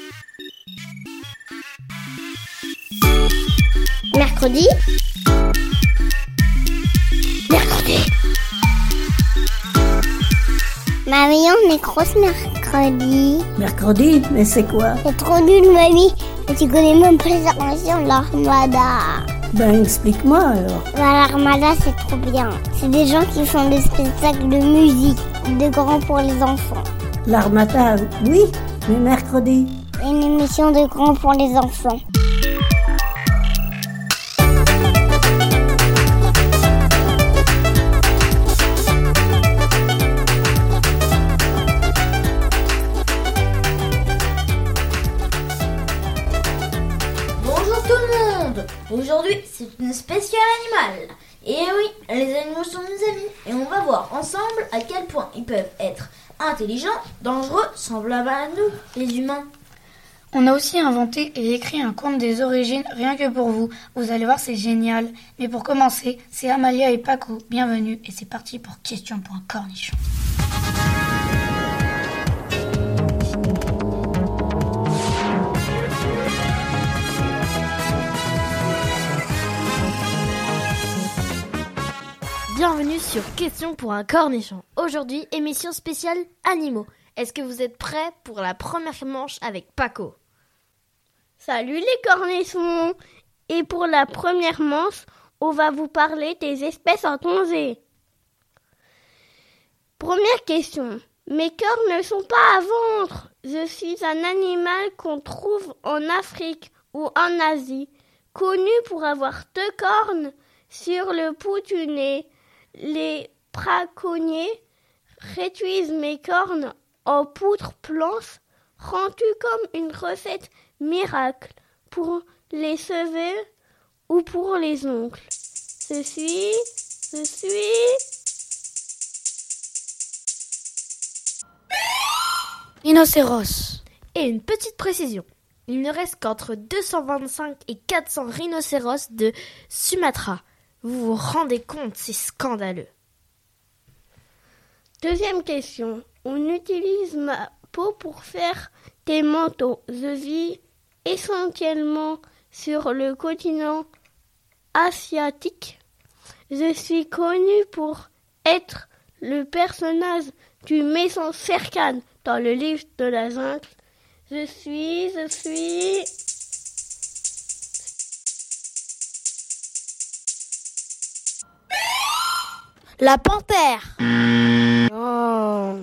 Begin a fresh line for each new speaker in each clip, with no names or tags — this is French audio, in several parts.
Mercredi. Mamie, on est grosse mercredi.
Mercredi? Mais c'est quoi?
C'est trop nul, mamie. Et tu connais même pas les armations de l'Armada.
Ben, explique-moi alors.
L'Armada, c'est trop bien. C'est des gens qui font des spectacles de musique, de grands pour les enfants.
L'Armada, oui, mais mercredi.
Une émission de grands pour les enfants.
Aujourd'hui, c'est une spéciale animale. Et oui, les animaux sont nos amis. Et on va voir ensemble à quel point ils peuvent être intelligents, dangereux, semblables à nous, les humains.
On a aussi inventé et écrit un conte des origines rien que pour vous. Vous allez voir, c'est génial. Mais pour commencer, c'est Amalia et Paco. Bienvenue et c'est parti pour Question pour un cornichon.
Bienvenue sur Question pour un cornichon. Aujourd'hui, émission spéciale animaux. Est-ce que vous êtes prêts pour la première manche avec Paco?
Salut les cornichons! Et pour la première manche, on va vous parler des espèces en danger. Première question. Mes cornes ne sont pas à vendre. Je suis un animal qu'on trouve en Afrique ou en Asie, connu pour avoir 2 cornes sur le bout du nez. Les braconniers réduisent mes cornes en poudre blanche, rendue comme une recette miracle pour les cheveux ou pour les ongles. Je suis...
Rhinocéros.
Et une petite précision. Il ne reste qu'entre 225 et 400 rhinocéros de Sumatra. Vous vous rendez compte, c'est scandaleux.
Deuxième question. On utilise ma peau pour faire des manteaux. Je vis essentiellement sur le continent asiatique. Je suis connue pour être le personnage du méchant Shere dans le livre de la jungle. Je suis...
La panthère.
Oh.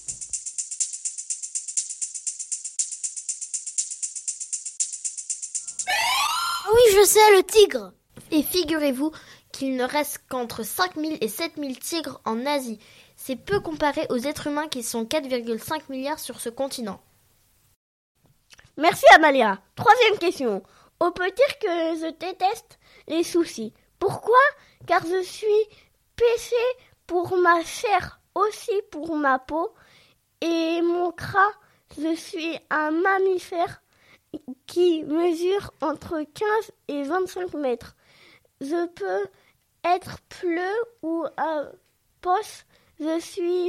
Oui, je sais, le tigre. Et figurez-vous qu'il ne reste qu'entre 5000 et 7000 tigres en Asie. C'est peu comparé aux êtres humains qui sont 4,5 milliards sur ce continent.
Merci Amalia. Troisième question. On peut dire que je déteste les sushis. Pourquoi? Car je suis péché pour ma chair, aussi pour ma peau et mon gras. Je suis un mammifère qui mesure entre 15 et 25 mètres. Je peux être bleu ou un poche. Je suis...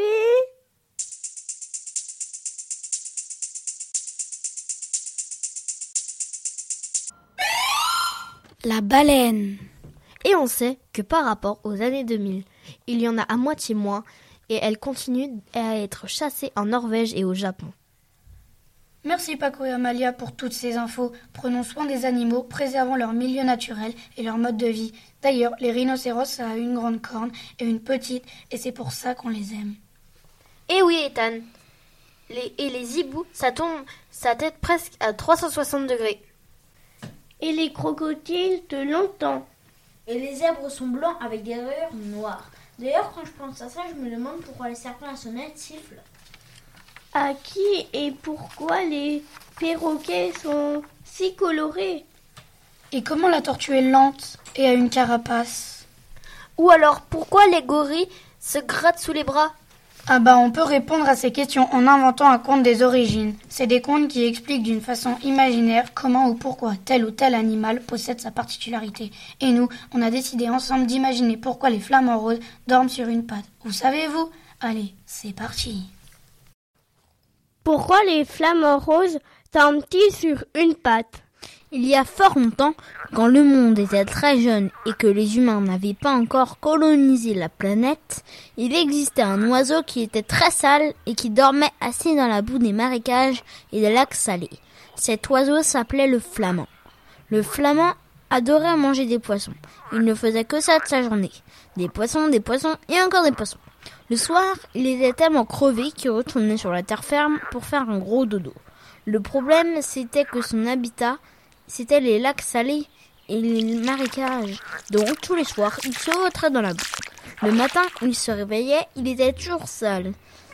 La baleine.
Et on sait que par rapport aux années 2000, il y en a à moitié moins et elles continuent à être chassées en Norvège et au Japon.
Merci Paco et Amalia pour toutes ces infos. Prenons soin des animaux, préservons leur milieu naturel et leur mode de vie. D'ailleurs, les rhinocéros, ça a une grande corne et une petite, et c'est pour ça qu'on les aime.
Et oui, Ethan. Les hiboux, ça tourne sa tête presque à 360 degrés.
Et les crocodiles de longtemps.
Et les zèbres sont blancs avec des rayures noires. D'ailleurs, quand je pense à ça, je me demande pourquoi les serpents à sonnette sifflent.
À qui et pourquoi les perroquets sont si colorés?
Et comment la tortue est lente et a une carapace?
Ou alors, pourquoi les gorilles se grattent sous les bras?
Ah bah on peut répondre à ces questions en inventant un conte des origines. C'est des contes qui expliquent d'une façon imaginaire comment ou pourquoi tel ou tel animal possède sa particularité. Et nous, on a décidé ensemble d'imaginer pourquoi les flamants roses dorment sur une patte. Vous savez-vous? Allez, c'est parti.
Pourquoi les flamants roses ressemble-t-il sur une patte?
Il y a fort longtemps, quand le monde était très jeune et que les humains n'avaient pas encore colonisé la planète, il existait un oiseau qui était très sale et qui dormait assis dans la boue des marécages et des lacs salés. Cet oiseau s'appelait le flamand. Le flamand adorait manger des poissons. Il ne faisait que ça de sa journée. Des poissons et encore des poissons. Le soir, il était tellement crevé qu'il retournait sur la terre ferme pour faire un gros dodo. Le problème, c'était que son habitat, c'était les lacs salés et les marécages. Donc tous les soirs, il se vautrait dans la boue. Le matin, il se réveillait, il était toujours sale.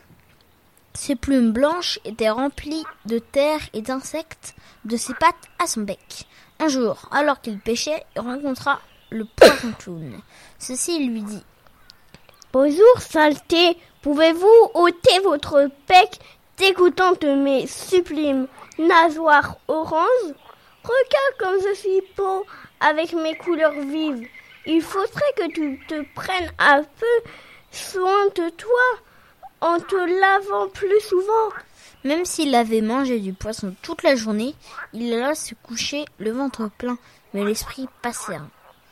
Ses plumes blanches étaient remplies de terre et d'insectes, de ses pattes à son bec. Un jour, alors qu'il pêchait, il rencontra le poisson clown. Ceci lui dit:
Bonjour, saleté. Pouvez-vous ôter votre bec dégoûtant de mes sublimes nageoires oranges? Regarde comme je suis beau avec mes couleurs vives. Il faudrait que tu te prennes un peu soin de toi en te lavant plus souvent.
Même s'il avait mangé du poisson toute la journée, il alla se coucher le ventre plein, mais l'esprit pas serein.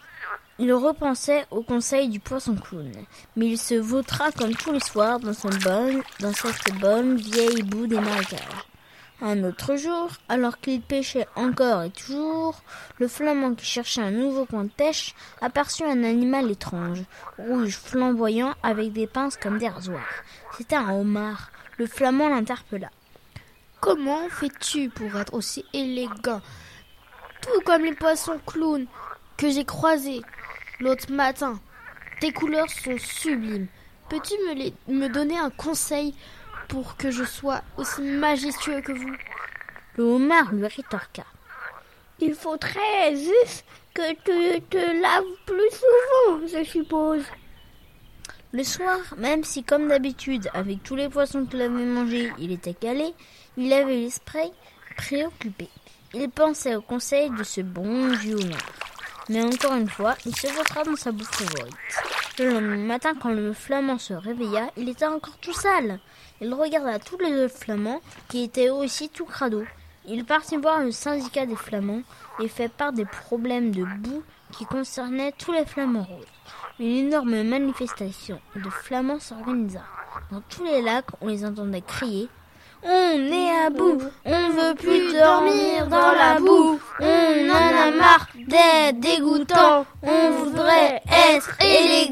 Il repensait au conseil du poisson clown, mais il se vautra comme tous les soirs dans cette bonne vieille boue des marécages. Un autre jour, alors qu'il pêchait encore et toujours, le flamand qui cherchait un nouveau coin de pêche aperçut un animal étrange, rouge flamboyant avec des pinces comme des rasoirs. C'était un homard. Le flamand l'interpella.
« Comment fais-tu pour être aussi élégant, tout comme les poissons clowns que j'ai croisés l'autre matin? Tes couleurs sont sublimes. Peux-tu me donner un conseil pour que je sois aussi majestueux que vous ?»
Le homard lui rétorqua.
« Il faudrait juste que tu te laves plus souvent, je suppose. »
Le soir, même si comme d'habitude, avec tous les poissons qu'il avait mangés, il était calé, il avait l'esprit préoccupé. Il pensait au conseil de ce bon vieux homard. Mais encore une fois, il se vautra dans sa bouffe favorite. Le lendemain matin, quand le flamand se réveilla, il était encore tout sale. Il regarda tous les autres flamands qui étaient aussi tout crado. Il partit voir le syndicat des flamands et fait part des problèmes de boue qui concernaient tous les flamands roses. Une énorme manifestation de flamands s'organisa. Dans tous les lacs, on les entendait crier: « On est à bout, on veut plus dormir dans la boue, on en a marre d'être dégoûtant, on voudrait être élégant. »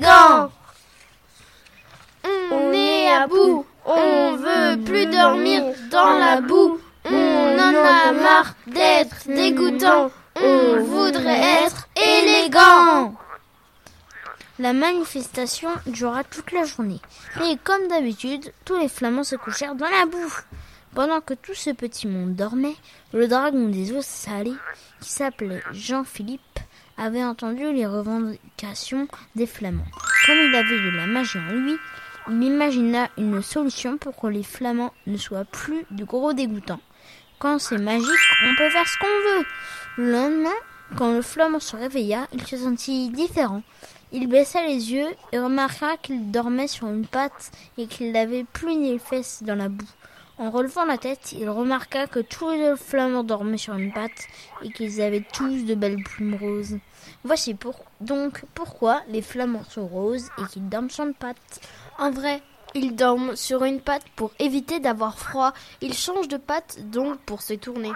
On est à bout, on veut plus dormir dans la boue, on en a marre d'être dégoûtant, on voudrait être élégant.
La manifestation dura toute la journée. Et comme d'habitude, tous les flamands se couchèrent dans la boue. Pendant que tout ce petit monde dormait, le dragon des eaux salées, qui s'appelait Jean-Philippe, avait entendu les revendications des flamands. Comme il avait de la magie en lui, il imagina une solution pour que les flamands ne soient plus de gros dégoûtants. Quand c'est magique, on peut faire ce qu'on veut. Le lendemain, quand le flamand se réveilla, il se sentit différent. Il baissa les yeux et remarqua qu'il dormait sur une patte et qu'il n'avait plus ni les fesses dans la boue. En relevant la tête, il remarqua que tous les autres flamands dormaient sur une patte et qu'ils avaient tous de belles plumes roses. Voici donc pourquoi les flamands sont roses et qu'ils dorment sur une patte.
En vrai, ils dorment sur une patte pour éviter d'avoir froid. Ils changent de patte donc pour se tourner.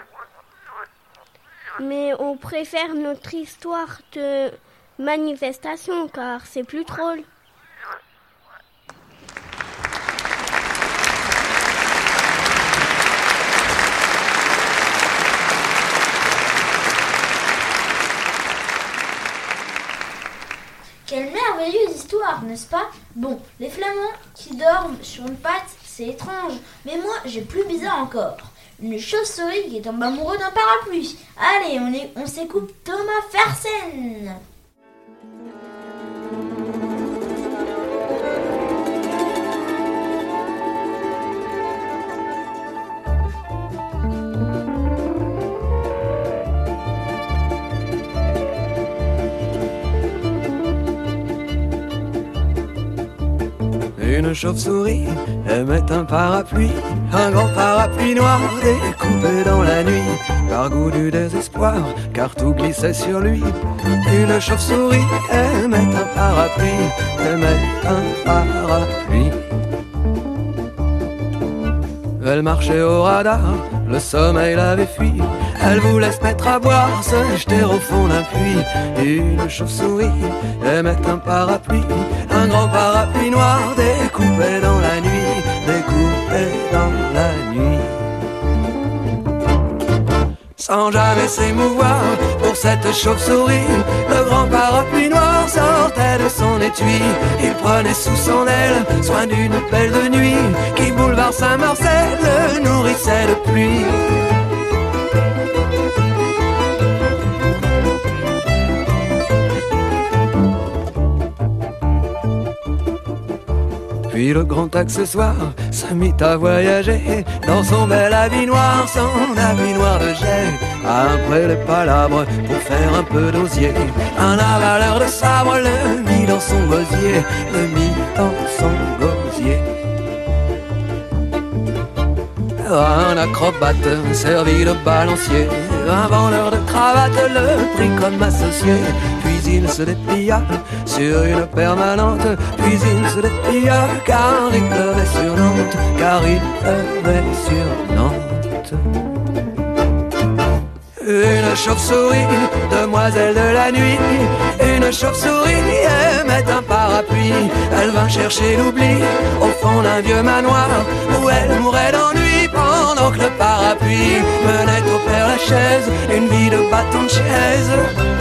Mais on préfère notre histoire de manifestation car c'est plus drôle.
Quelle merveilleuse histoire, n'est-ce pas? Bon, les flamands qui dorment sur une patte, c'est étrange. Mais moi, j'ai plus bizarre encore. Une chauve-souris qui tombe amoureux d'un parapluie. Allez, on s'écoute Thomas Fersen.
Une chauve-souris aimait un parapluie, un grand parapluie noir découpé dans la nuit, par goût du désespoir, car tout glissait sur lui. Une chauve-souris aimait un parapluie, aimait un parapluie. Elle marchait au radar, le sommeil l'avait fui. Elle voulait se mettre à boire, se jeter au fond d'un puits. Une chauve-souris aimait un parapluie, un grand parapluie noir découpé dans la nuit, découpé dans la nuit. Sans jamais s'émouvoir pour cette chauve-souris, le grand parapluie noir sortait de son étui. Il prenait sous son aile soin d'une belle de nuit qui, boulevard Saint-Marcel, le nourrissait de pluie. Puis le grand accessoire se mit à voyager dans son bel habit noir, son habit noir de jet. Après les palabres pour faire un peu d'osier, un avaleur de sabre le mit dans son gosier, le mit dans son gosier. Un acrobate servi de balancier, un vendeur de cravates le prit comme associé. Puis il se déplia sur une permanente, puis il se déplia car il pleuvait sur Nantes, car il pleuvait sur Nantes. Une chauve-souris, demoiselle de la nuit, une chauve-souris aimait un parapluie. Elle vint chercher l'oubli au fond d'un vieux manoir où elle mourait d'ennui pendant que le parapluie menait au Père-Lachaise une vie de bâton de chaise.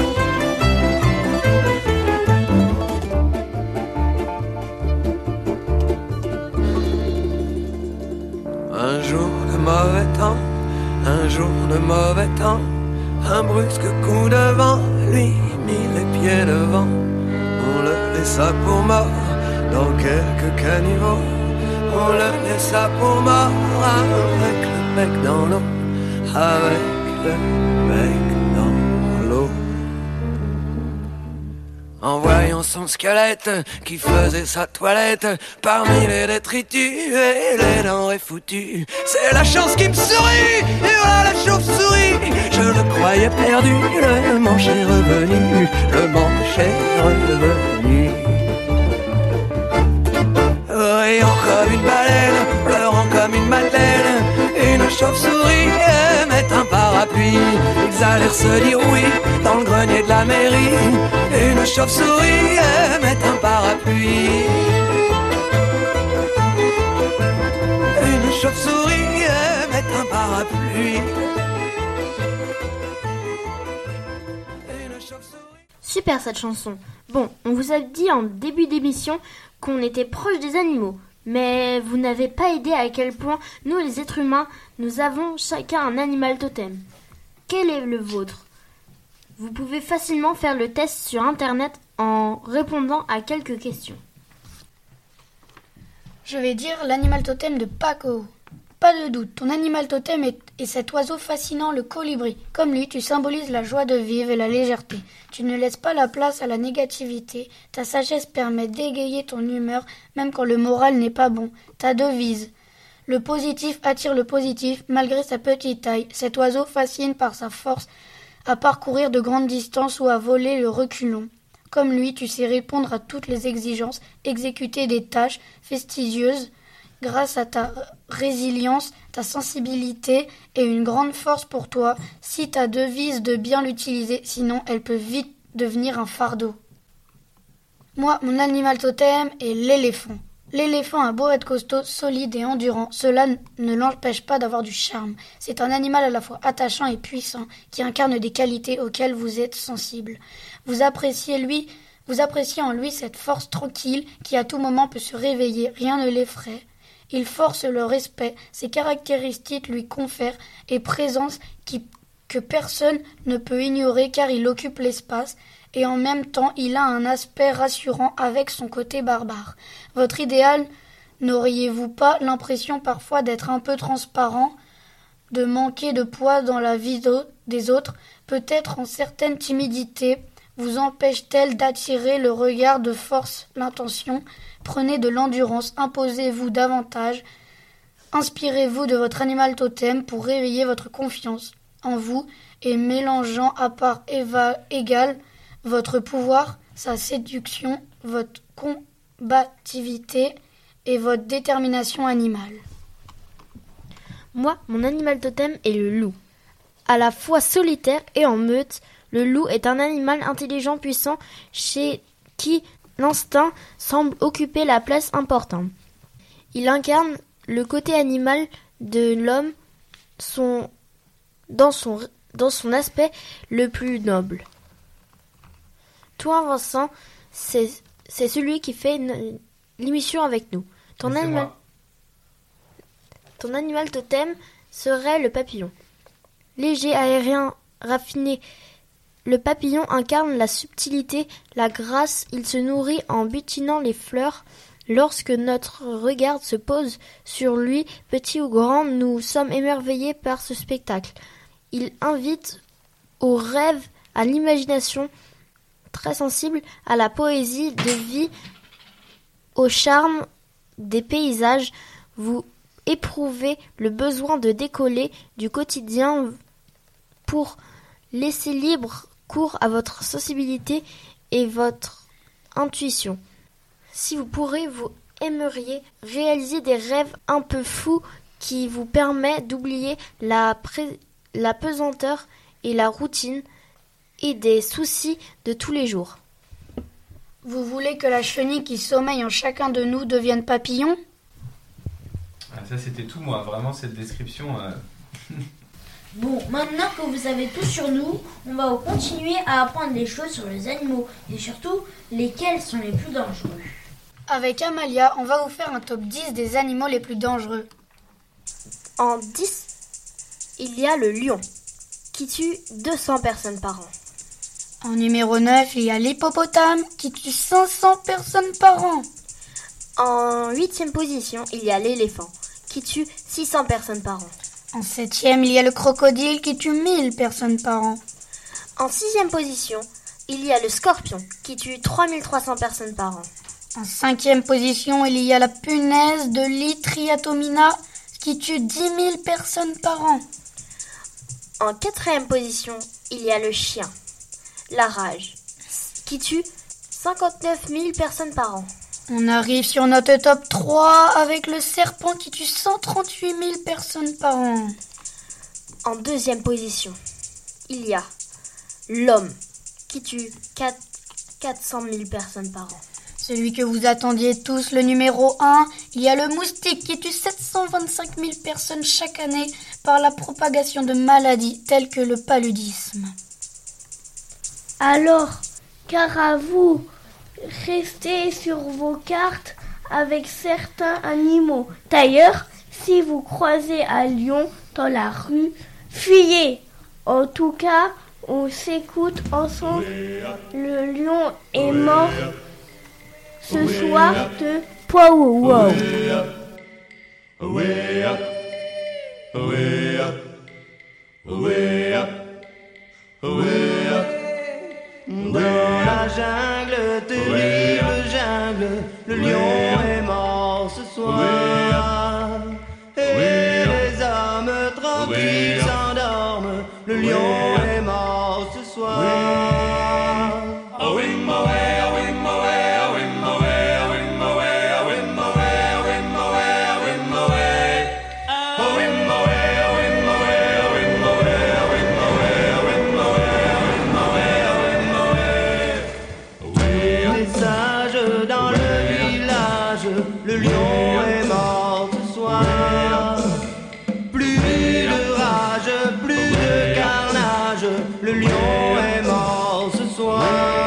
Un jour de mauvais temps, un jour de mauvais temps, un brusque coup de vent lui mit les pieds devant. On le laissa pour mort dans quelques caniveaux, on le laissa pour mort avec le bec dans l'eau, avec le bec dans l'eau. En voyant son squelette qui faisait sa toilette parmi les détritus et les denrées foutues, c'est la chance qui me sourit, et voilà la chauve-souris. Je le croyais perdu, le manche est revenu, le manche est revenu. Riant comme une baleine, pleurant comme une madeleine, une chauve-souris aimait un parapluie. Ils allèrent se dire oui dans le grenier de la mairie. Une chauve-souris aimait un parapluie. Une chauve-souris aimait un parapluie. Une chauve-souris.
Super cette chanson. Bon, on vous a dit en début d'émission qu'on était proche des animaux, mais vous n'avez pas aidé à quel point nous les êtres humains, nous avons chacun un animal totem. Quel est le vôtre ? Vous pouvez facilement faire le test sur internet en répondant à quelques questions.
Je vais dire l'animal totem de Paco. Pas de doute, ton animal totem est cet oiseau fascinant, le colibri. Comme lui, tu symbolises la joie de vivre et la légèreté. Tu ne laisses pas la place à la négativité. Ta sagesse permet d'égayer ton humeur, même quand le moral n'est pas bon. Ta devise. Le positif attire le positif, malgré sa petite taille. Cet oiseau fascine par sa force à parcourir de grandes distances ou à voler le reculon. Comme lui, tu sais répondre à toutes les exigences, exécuter des tâches fastidieuses, grâce à ta résilience, ta sensibilité et une grande force pour toi, si ta devise de bien l'utiliser, sinon elle peut vite devenir un fardeau. Moi, mon animal totem est l'éléphant. L'éléphant a beau être costaud, solide et endurant, cela ne l'empêche pas d'avoir du charme. C'est un animal à la fois attachant et puissant, qui incarne des qualités auxquelles vous êtes sensible. Vous appréciez en lui cette force tranquille qui à tout moment peut se réveiller, rien ne l'effraie. Il force le respect, ses caractéristiques lui confèrent et présence que personne ne peut ignorer car il occupe l'espace et en même temps il a un aspect rassurant avec son côté barbare. Votre idéal, n'auriez-vous pas l'impression parfois d'être un peu transparent, de manquer de poids dans la vie des autres, peut-être en certaine timidité, vous empêche-t-elle d'attirer le regard de force, l'intention? Prenez de l'endurance, imposez-vous davantage, inspirez-vous de votre animal totem pour réveiller votre confiance en vous et mélangeant à part égale votre pouvoir, sa séduction, votre combativité et votre détermination animale.
Moi, mon animal totem est le loup. À la fois solitaire et en meute, le loup est un animal intelligent puissant chez qui l'instinct semble occuper la place importante. Il incarne le côté animal de l'homme dans son aspect le plus noble. Toi, Vincent, c'est celui qui fait l'émission avec nous. Ton animal totem serait le papillon. Léger, aérien, raffiné, le papillon incarne la subtilité, la grâce. Il se nourrit en butinant les fleurs. Lorsque notre regard se pose sur lui, petit ou grand, nous sommes émerveillés par ce spectacle. Il invite au rêve, à l'imagination, très sensible à la poésie de vie, au charme des paysages. Vous éprouvez le besoin de décoller du quotidien pour laisser libre cours à votre sensibilité et votre intuition. Si vous pourrez, vous aimeriez réaliser des rêves un peu fous qui vous permettent d'oublier la pesanteur et la routine et des soucis de tous les jours.
Vous voulez que la chenille qui sommeille en chacun de nous devienne papillon?
Ça c'était tout moi, vraiment cette description...
Bon, maintenant que vous savez tout sur nous, on va continuer à apprendre des choses sur les animaux et surtout lesquels sont les plus dangereux.
Avec Amalia, on va vous faire un top 10 des animaux les plus dangereux.
En 10, il y a le lion, qui tue 200 personnes par an.
En numéro 9, il y a l'hippopotame, qui tue 500 personnes par an.
En 8e position, il y a l'éléphant, qui tue 600 personnes par an.
En 7e, il y a le crocodile, qui tue 1000 personnes par an.
En 6e position, il y a le scorpion, qui tue 3300 personnes par an.
En 5e position, il y a la punaise de lit Triatomina, qui tue 10 000 personnes par an.
En 4e position, il y a le chien, la rage, qui tue 59 000 personnes par an.
On arrive sur notre top 3 avec le serpent qui tue 138 000 personnes par an.
En 2e position, il y a l'homme, qui tue 400 000 personnes par an.
Celui que vous attendiez tous, le numéro 1, il y a le moustique qui tue 725 000 personnes chaque année par la propagation de maladies telles que le paludisme.
Alors, car à vous, restez sur vos cartes avec certains animaux. D'ailleurs, si vous croisez un lion dans la rue, fuyez. En tout cas, on s'écoute ensemble. Le lion est mort ce soir de Powwow.
Dans la jungle, terrible jungle, le lion est mort ce soir. Et les hommes tranquilles s'endorment, le lion est mort ce soir. Le lion est mort ce soir. Plus de rage, plus de carnage, le lion est mort ce soir.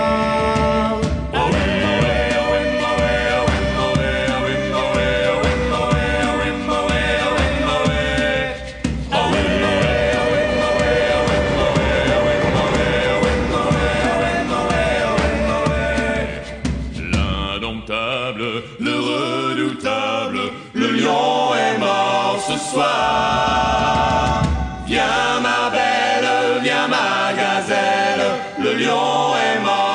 L'indomptable, le redoutable, le lion est mort ce soir. Viens ma belle, viens ma gazelle, le lion est mort.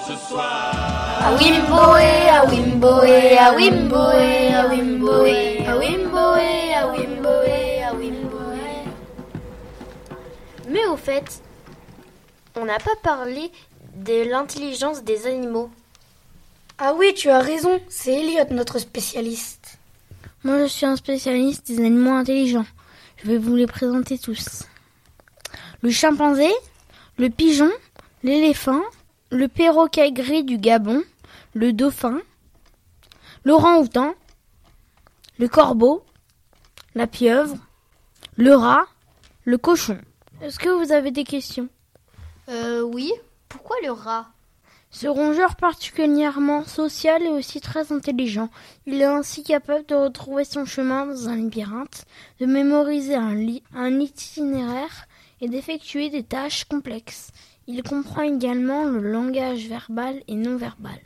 ce soir.
A Wimboé, a Wimboé, a Wimboé, a Wimboé, a Wimboé, a Wimboé, a Wimboé.
Mais au fait, on n'a pas parlé de l'intelligence des animaux.
Ah oui, tu as raison, c'est Elliot notre spécialiste.
Moi, je suis un spécialiste des animaux intelligents. Je vais vous les présenter tous. Le chimpanzé, le pigeon, l'éléphant, le perroquet gris du Gabon, le dauphin, l'orang-outan, le corbeau, la pieuvre, le rat, le cochon. Est-ce que vous avez des questions ?
Oui. Pourquoi le rat ?
Ce rongeur particulièrement social est aussi très intelligent. Il est ainsi capable de retrouver son chemin dans un labyrinthe, de mémoriser un itinéraire et d'effectuer des tâches complexes. Il comprend également le langage verbal et non verbal.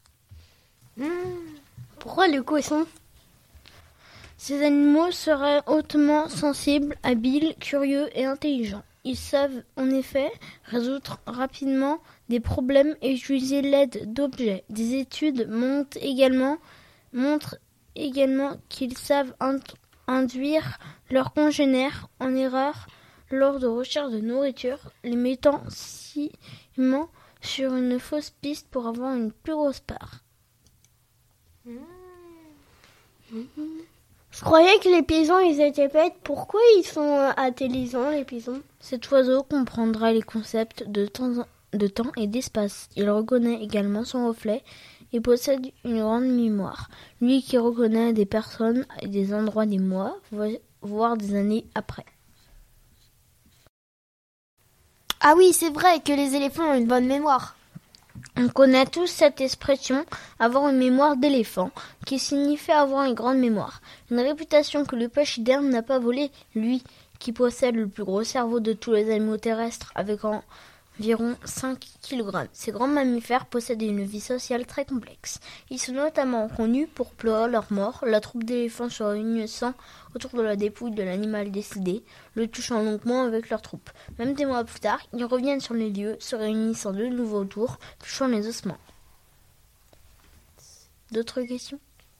Pourquoi le cochon ?
Ces animaux seraient hautement sensibles, habiles, curieux et intelligents. Ils savent en effet résoudre rapidement des problèmes et utiliser l'aide d'objets. Des études montrent également qu'ils savent induire leurs congénères en erreur lors de recherche de nourriture, les mettant sciemment sur une fausse piste pour avoir une plus grosse part.
Je croyais que les pigeons, ils étaient bêtes. Pourquoi ils sont intelligents, les pigeons ?
Cet oiseau comprendra les concepts de temps et d'espace. Il reconnaît également son reflet et possède une grande mémoire. Lui qui reconnaît des personnes et des endroits des mois, voire des années après.
Ah oui, c'est vrai que les éléphants ont une bonne mémoire.
On connaît tous cette expression, avoir une mémoire d'éléphant, qui signifie avoir une grande mémoire. Une réputation que le pachyderme n'a pas volée, lui, qui possède le plus gros cerveau de tous les animaux terrestres, avec environ 5 kg. Ces grands mammifères possèdent une vie sociale très complexe. Ils sont notamment connus pour pleurer leur mort. La troupe d'éléphants se réunissant autour de la dépouille de l'animal décédé, le touchant longuement avec leur troupe. Même des mois plus tard, ils reviennent sur les lieux, se réunissant de nouveau autour, touchant les ossements. D'autres questions ?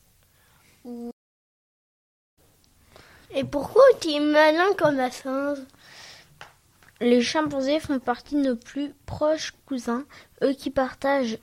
Et pourquoi tu es malin comme un singe ?
Les chimpanzés font partie de nos plus proches cousins, eux qui partagent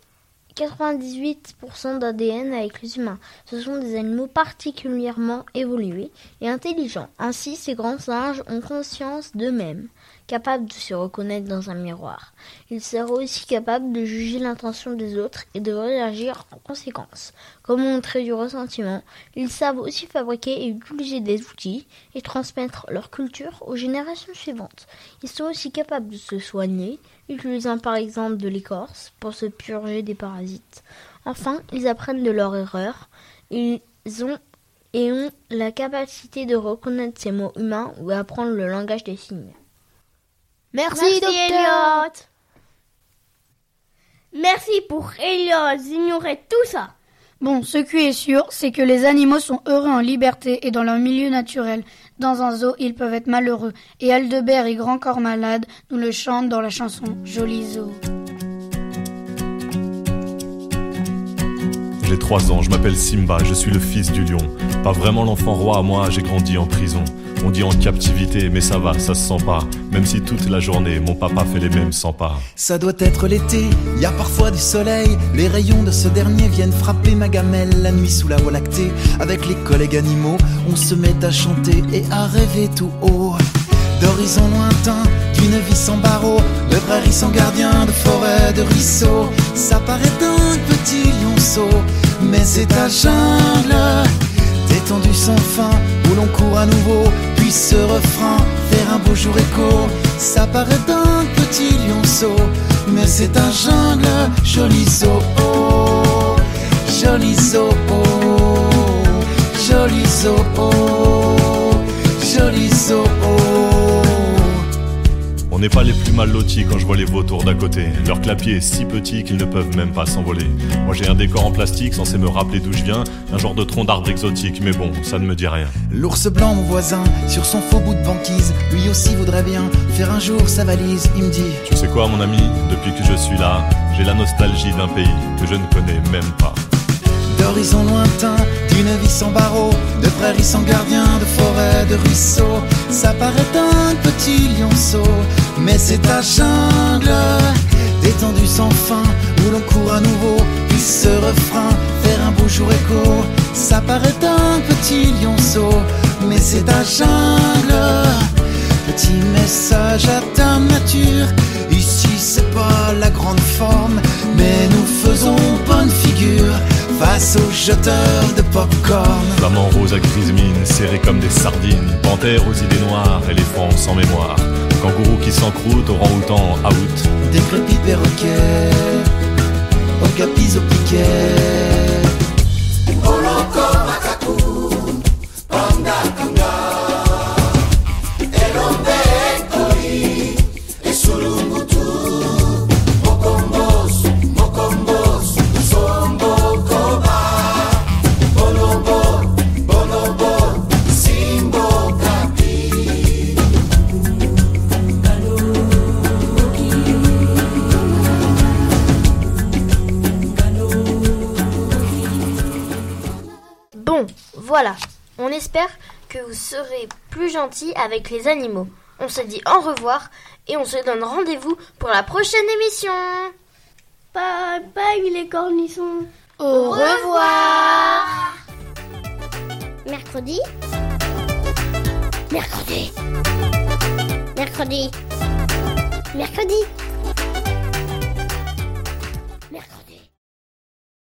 98% d'ADN avec les humains. Ce sont des animaux particulièrement évolués et intelligents. Ainsi, ces grands singes ont conscience d'eux-mêmes, capables de se reconnaître dans un miroir. Ils seraient aussi capables de juger l'intention des autres et de réagir en conséquence. Comme montrer du ressentiment, ils savent aussi fabriquer et utiliser des outils et transmettre leur culture aux générations suivantes. Ils sont aussi capables de se soigner, utilisant par exemple de l'écorce pour se purger des parasites. Enfin, ils apprennent de leurs erreurs. Ils ont la capacité de reconnaître ces mots humains ou apprendre le langage des signes.
Merci docteur.
Merci pour Elliot d'ignorer tout ça.
Bon, ce qui est sûr, c'est que les animaux sont heureux en liberté et dans leur milieu naturel. Dans un zoo, ils peuvent être malheureux. Et Aldebert et Grand Corps Malade nous le chantent dans la chanson Joli Zoo.
J'ai 3 ans, je m'appelle Simba, je suis le fils du lion. Pas vraiment l'enfant roi, moi j'ai grandi en prison. On dit en captivité, mais ça va, ça se sent pas. Même si toute la journée, mon papa fait les mêmes 100 pas.
Ça doit être l'été, y a parfois du soleil. Les rayons de ce dernier viennent frapper ma gamelle. La nuit sous la voie lactée, avec les collègues animaux, on se met à chanter et à rêver tout haut. D'horizons lointains, d'une vie sans barreaux, de prairies sans gardien, de forêts, de ruisseaux. Ça paraît dingue, petit lionceau, mais c'est ta jungle détendue sans fin, où l'on court à nouveau, puis ce refrain, faire un beau jour écho. Ça paraît dingue, petit lionceau, mais c'est un jungle, joli zoo, oh, joli zoo, oh, joli zoo, oh, joli zoo, oh.
On n'est pas les plus mal lotis quand je vois les vautours d'à côté. Leur clapier est si petit qu'ils ne peuvent même pas s'envoler. Moi j'ai un décor en plastique censé me rappeler d'où je viens, un genre de tronc d'arbre exotique, mais bon, ça ne me dit rien.
L'ours blanc, mon voisin, sur son faux bout de banquise, lui aussi voudrait bien faire un jour sa valise. Il me dit:
tu sais quoi mon ami, depuis que je suis là, j'ai la nostalgie d'un pays que je ne connais même pas.
D'horizons lointains, d'une vie sans barreaux, de prairies sans gardien, de forêts, de ruisseaux. Ça paraît un petit lionceau, mais c'est ta jungle, détendue sans fin, où l'on court à nouveau, puis ce refrain, faire un beau jour écho. Ça paraît un petit lionceau, mais c'est ta jungle. Petit message à ta nature, ici c'est pas la grande forme, mais nous faisons bonne figure face aux jeteurs de popcorn.
Flamants roses à grise mine, serrés comme des sardines, panthères aux idées noires, éléphants sans mémoire, kangourous qui s'encroutent, orang-outans out.
Décrépit perroquet, okapis au piquet. Oloko macaco, panda kanga, elombe koi, et sulungutu, mokombos, mokombos, sombo koba, bonobo, bonobo, simbo kapi.
Bon, voilà. On espère que vous serez plus gentils avec les animaux. On se dit au revoir et on se donne rendez-vous pour la prochaine émission.
Bye bye les cornichons.
Au revoir.
Mercredi. Mercredi. Mercredi. Mercredi.